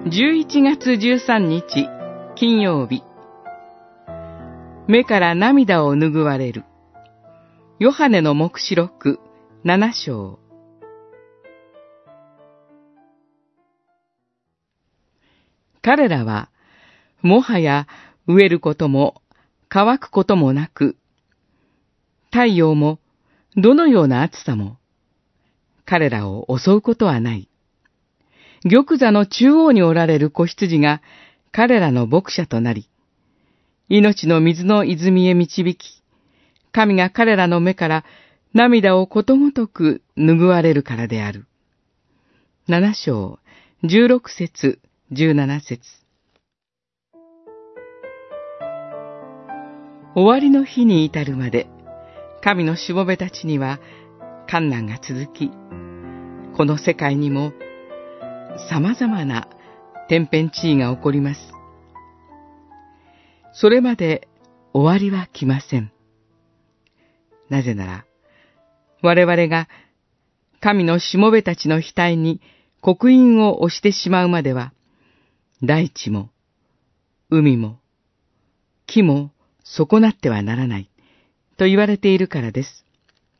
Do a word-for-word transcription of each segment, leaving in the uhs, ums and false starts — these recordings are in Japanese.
じゅういちがつじゅうさんにち金曜日、目から涙を拭われる。ヨハネの黙示録ななしょう。彼らはもはや飢えることも乾くこともなく、太陽もどのような暑さも彼らを襲うことはない。玉座の中央におられる子羊が彼らの牧者となり、命の水の泉へ導き、神が彼らの目から涙をことごとく拭われるからである。ななしょう、じゅうろくせつ、じゅうななせつ。終わりの日に至るまで、神のしもべたちには患難が続き、この世界にも様々な天変地異が起こります。それまで終わりは来ません。なぜなら、我々が神のしもべたちの額に刻印を押してしまうまでは、大地も海も木も損なってはならないと言われているからです。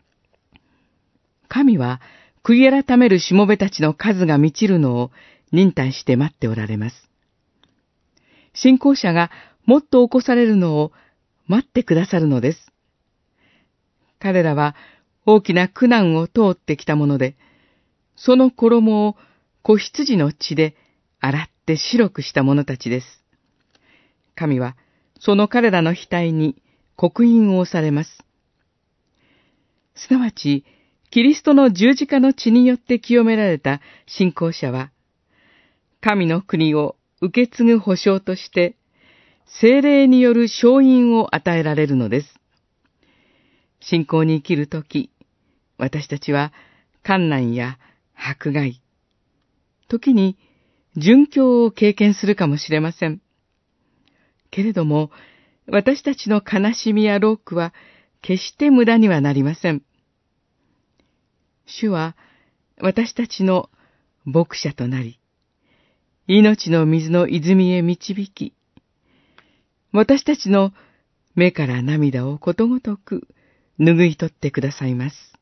神は悔い改めるしもべたちの数が満ちるのを忍耐して待っておられます。信仰者がもっと起こされるのを待ってくださるのです。彼らは大きな苦難を通ってきたもので、その衣を子羊の血で洗って白くした者たちです。神はその彼らの額に刻印を押されます。すなわち、キリストの十字架の血によって清められた信仰者は、神の国を受け継ぐ保証として、聖霊による証印を与えられるのです。信仰に生きるとき、私たちは患難や迫害、時に殉教を経験するかもしれません。けれども、私たちの悲しみや労苦は決して無駄にはなりません。主は私たちの牧者となり、命の水の泉へ導き、私たちの目から涙をことごとく拭い取ってくださいます。